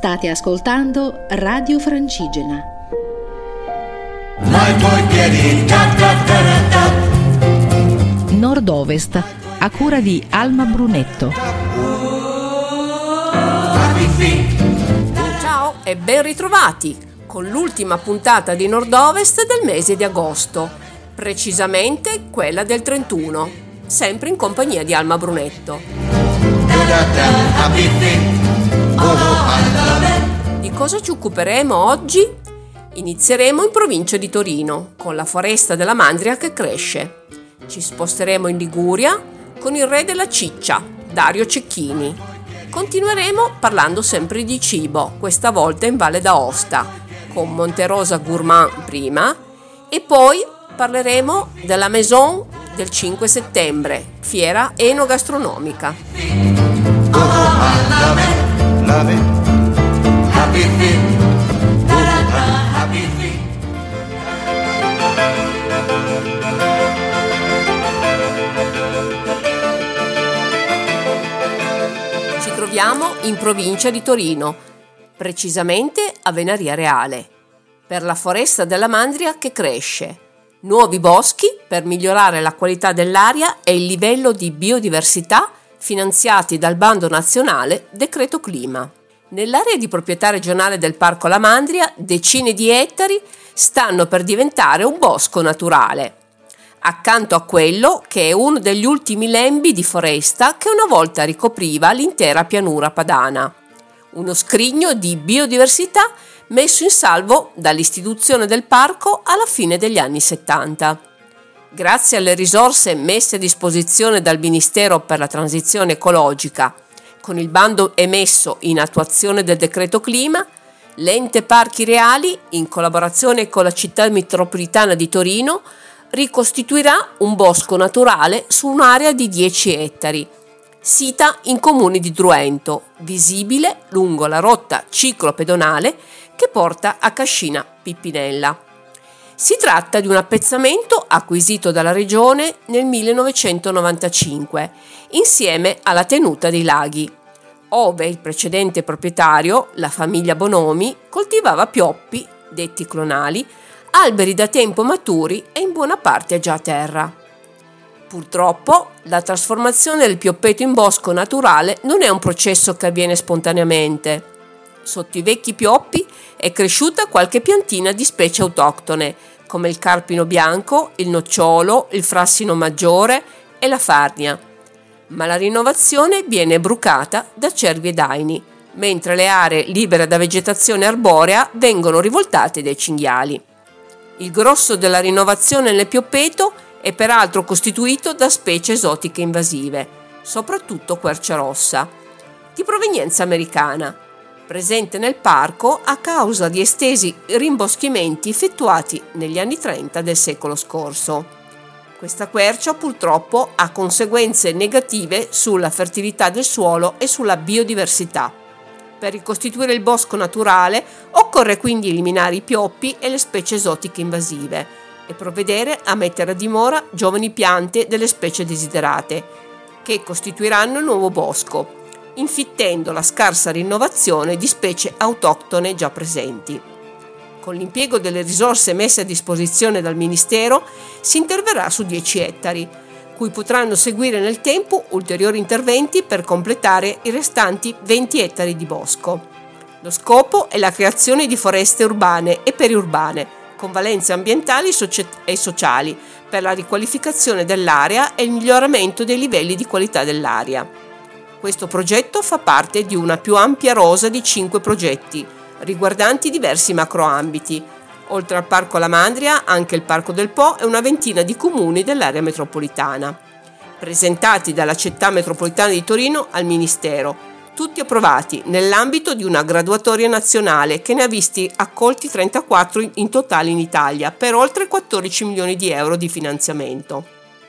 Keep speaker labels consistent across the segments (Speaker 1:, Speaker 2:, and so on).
Speaker 1: State ascoltando Radio Francigena. Nord-Ovest, a cura di Alma Brunetto.
Speaker 2: Ciao e ben ritrovati con l'ultima puntata di Nord-Ovest del mese di agosto, precisamente quella del 31, sempre in compagnia di Alma Brunetto. Di cosa ci occuperemo oggi? Inizieremo in provincia di Torino, con la foresta della mandria che cresce. Ci sposteremo in Liguria con il re della ciccia, Dario Cecchini. Continueremo parlando sempre di cibo, questa volta in Valle d'Aosta, con Monterosa Gourmand prima, e poi parleremo della Maison del 5 settembre, fiera enogastronomica. Ci troviamo in provincia di Torino, precisamente a Venaria Reale, per la foresta della mandria che cresce. Nuovi boschi per migliorare la qualità dell'aria e il livello di biodiversità finanziati dal bando nazionale Decreto Clima. Nell'area di proprietà regionale del Parco La Mandria, decine di ettari stanno per diventare un bosco naturale, accanto a quello che è uno degli ultimi lembi di foresta che una volta ricopriva l'intera pianura padana. Uno scrigno di biodiversità messo in salvo dall'istituzione del parco alla fine degli anni 70. Grazie alle risorse messe a disposizione dal Ministero per la Transizione Ecologica, con il bando emesso in attuazione del Decreto Clima, l'Ente Parchi Reali, in collaborazione con la città metropolitana di Torino, ricostituirà un bosco naturale su un'area di 10 ettari, sita in comune di Druento, visibile lungo la rotta ciclopedonale che porta a Cascina Pippinella. Si tratta di un appezzamento acquisito dalla Regione nel 1995, insieme alla tenuta dei laghi, ove il precedente proprietario, la famiglia Bonomi, coltivava pioppi, detti clonali, alberi da tempo maturi e in buona parte già a terra. Purtroppo, la trasformazione del pioppeto in bosco naturale non è un processo che avviene spontaneamente. Sotto i vecchi pioppi è cresciuta qualche piantina di specie autoctone, come il carpino bianco, il nocciolo, il frassino maggiore e la farnia. Ma la rinnovazione viene brucata da cervi e daini, mentre le aree libere da vegetazione arborea vengono rivoltate dai cinghiali. Il grosso della rinnovazione nel pioppeto è peraltro costituito da specie esotiche invasive, soprattutto quercia rossa, di provenienza americana, presente nel parco a causa di estesi rimboschimenti effettuati negli anni 30 del secolo scorso. Questa quercia purtroppo ha conseguenze negative sulla fertilità del suolo e sulla biodiversità. Per ricostituire il bosco naturale occorre quindi eliminare i pioppi e le specie esotiche invasive e provvedere a mettere a dimora giovani piante delle specie desiderate, che costituiranno il nuovo bosco, infittendo la scarsa rinnovazione di specie autoctone già presenti. Con l'impiego delle risorse messe a disposizione dal Ministero si interverrà su 10 ettari, cui potranno seguire nel tempo ulteriori interventi per completare i restanti 20 ettari di bosco. Lo scopo è la creazione di foreste urbane e periurbane, con valenze ambientali e sociali, per la riqualificazione dell'area e il miglioramento dei livelli di qualità dell'aria. Questo progetto fa parte di una più ampia rosa di 5 progetti, riguardanti diversi macroambiti. Oltre al Parco La Mandria, anche il Parco del Po e una ventina di comuni dell'area metropolitana, presentati dalla Città Metropolitana di Torino al Ministero, tutti approvati nell'ambito di una graduatoria nazionale che ne ha visti accolti 34 in totale in Italia, per oltre 14 milioni di euro di finanziamento.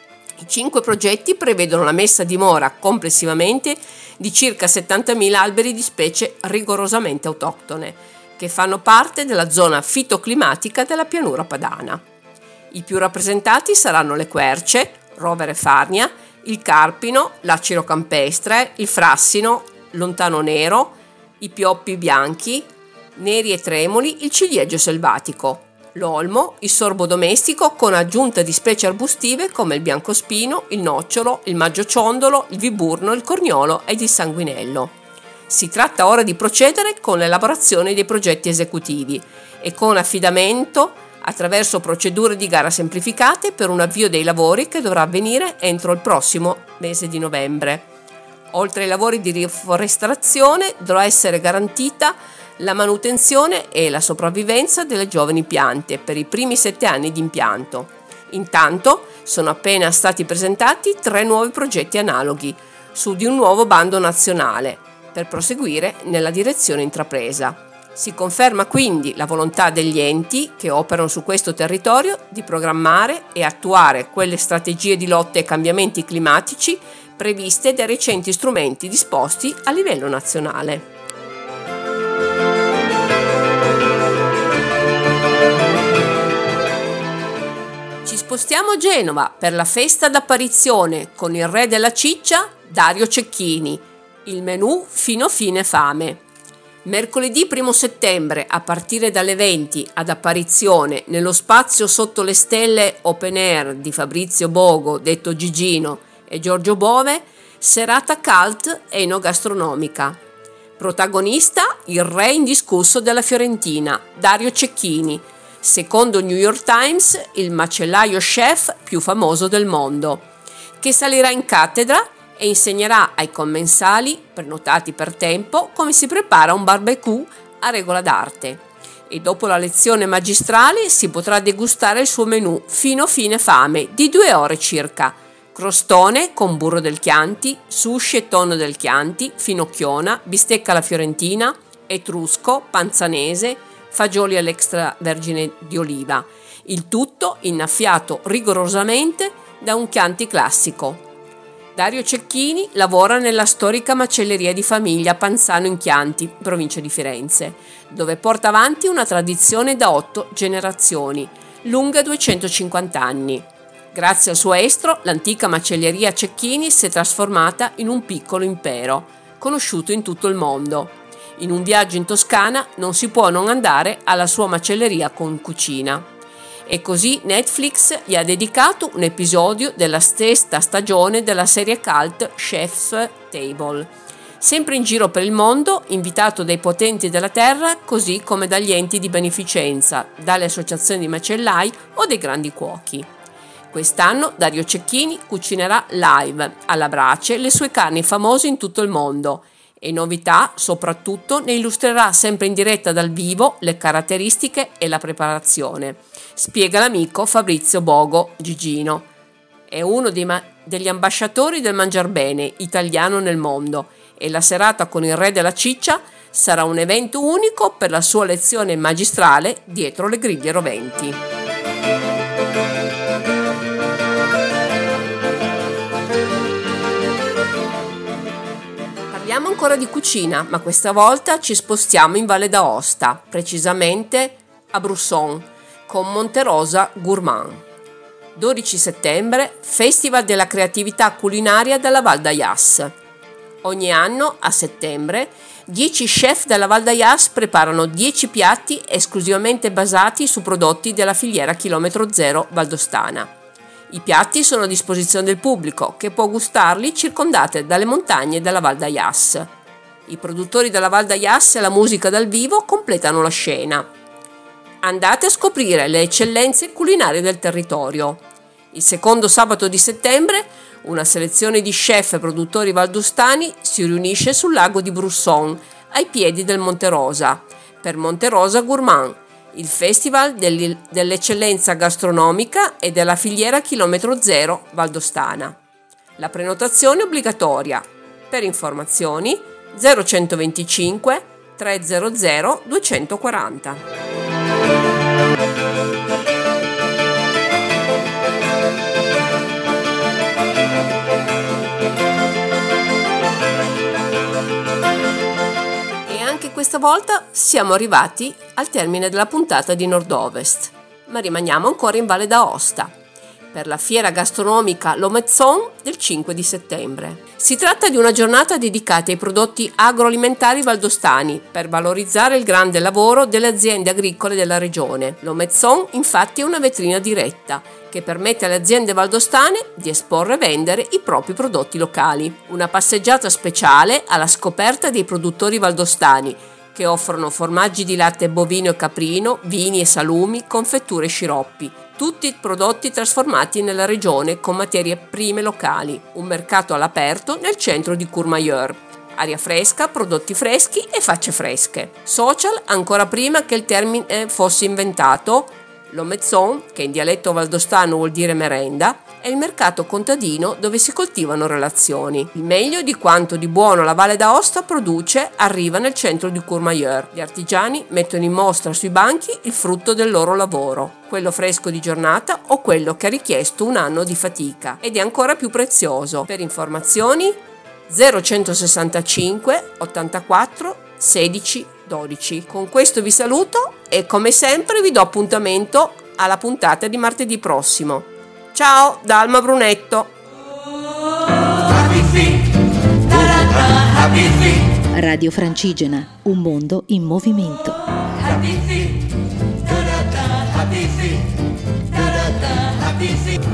Speaker 2: I 5 progetti prevedono la messa a dimora complessivamente di circa 70.000 alberi di specie rigorosamente autoctone, che fanno parte della zona fitoclimatica della pianura padana. I più rappresentati saranno le querce, rovere farnia, il carpino, l'acero campestre, il frassino, lontano nero, i pioppi bianchi, neri e tremoli il ciliegio selvatico, l'olmo, il sorbo domestico con aggiunta di specie arbustive come il biancospino, il nocciolo, il maggiociondolo, il viburno, il corniolo ed il sanguinello. Si tratta ora di procedere con l'elaborazione dei progetti esecutivi e con affidamento attraverso procedure di gara semplificate per un avvio dei lavori che dovrà avvenire entro il prossimo mese di novembre. Oltre ai lavori di riforestazione dovrà essere garantita la manutenzione e la sopravvivenza delle giovani piante per i primi 7 anni di impianto. Intanto sono appena stati presentati 3 nuovi progetti analoghi su di un nuovo bando nazionale per proseguire nella direzione intrapresa. Si conferma quindi la volontà degli enti che operano su questo territorio di programmare e attuare quelle strategie di lotta ai cambiamenti climatici previste dai recenti strumenti disposti a livello nazionale. Ci spostiamo a Genova per la festa d'apparizione con il re della ciccia, Dario Cecchini, il menù fino fine fame. Mercoledì 1 settembre, a partire dalle 20 ad apparizione nello spazio Sotto le Stelle Open Air di Fabrizio Bogo, detto Gigino, e Giorgio Bove, serata cult enogastronomica. Protagonista il re indiscusso della Fiorentina, Dario Cecchini, secondo New York Times il macellaio chef più famoso del mondo, che salirà in cattedra e insegnerà ai commensali, prenotati per tempo, come si prepara un barbecue a regola d'arte. E dopo la lezione magistrale si potrà degustare il suo menù fino fine fame di 2 ore circa: crostone con burro del Chianti, sushi e tonno del Chianti, finocchiona, bistecca alla fiorentina, etrusco, panzanese, fagioli all'extravergine di oliva, il tutto innaffiato rigorosamente da un Chianti classico. Dario Cecchini lavora nella storica macelleria di famiglia Panzano in Chianti, provincia di Firenze, dove porta avanti una tradizione da 8 generazioni, lunga 250 anni. Grazie al suo estro, l'antica macelleria Cecchini si è trasformata in un piccolo impero, conosciuto in tutto il mondo. In un viaggio in Toscana non si può non andare alla sua macelleria con cucina. E così Netflix gli ha dedicato un episodio della sesta stagione della serie cult Chef's Table. Sempre in giro per il mondo, invitato dai potenti della terra, così come dagli enti di beneficenza, dalle associazioni di macellai o dei grandi cuochi. Quest'anno Dario Cecchini cucinerà live, alla brace, le sue carni famose in tutto il mondo. E novità, soprattutto, ne illustrerà sempre in diretta dal vivo le caratteristiche e la preparazione. Spiega l'amico Fabrizio Bogo, Gigino. È uno degli ambasciatori del mangiar bene italiano nel mondo e la serata con il re della ciccia sarà un evento unico per la sua lezione magistrale dietro le griglie roventi. Parliamo ancora di cucina, ma questa volta ci spostiamo in Valle d'Aosta, precisamente a Brusson, con Monterosa Gourmand. 12 settembre, Festival della creatività culinaria della Val d'Ayas. Ogni anno, a settembre, 10 chef della Val d'Ayas preparano 10 piatti esclusivamente basati su prodotti della filiera Chilometro Zero valdostana. I piatti sono a disposizione del pubblico, che può gustarli circondate dalle montagne della Val d'Ayas. I produttori della Val d'Ayas e la musica dal vivo completano la scena. Andate a scoprire le eccellenze culinarie del territorio. Il secondo sabato di settembre, una selezione di chef e produttori valdostani si riunisce sul lago di Brusson, ai piedi del Monte Rosa, per Monterosa Gourmand, il festival dell'eccellenza gastronomica e della filiera Chilometro Zero valdostana. La prenotazione è obbligatoria. Per informazioni 0125 300 240. Questa volta siamo arrivati al termine della puntata di Nord-Ovest, ma rimaniamo ancora in Valle d'Aosta. per la fiera gastronomica Lo Mezzon del 5 di settembre. Si tratta di una giornata dedicata ai prodotti agroalimentari valdostani per valorizzare il grande lavoro delle aziende agricole della regione. Lo Mezzon infatti è una vetrina diretta che permette alle aziende valdostane di esporre e vendere i propri prodotti locali. Una passeggiata speciale alla scoperta dei produttori valdostani che offrono formaggi di latte bovino e caprino, vini e salumi, confetture e sciroppi. Tutti prodotti trasformati nella regione con materie prime locali. Un mercato all'aperto nel centro di Courmayeur. Aria fresca, prodotti freschi e facce fresche. Social ancora prima che il termine fosse inventato. Lo Mezzon, che in dialetto valdostano vuol dire merenda, è il mercato contadino dove si coltivano relazioni. Il meglio di quanto di buono la Valle d'Aosta produce arriva nel centro di Courmayeur. Gli artigiani mettono in mostra sui banchi il frutto del loro lavoro, quello fresco di giornata o quello che ha richiesto un anno di fatica ed è ancora più prezioso. Per informazioni 0165 84 16 12. Con questo vi saluto e come sempre vi do appuntamento alla puntata di martedì prossimo. Ciao da Alma Brunetto.
Speaker 1: Radio Francigena, un mondo in movimento.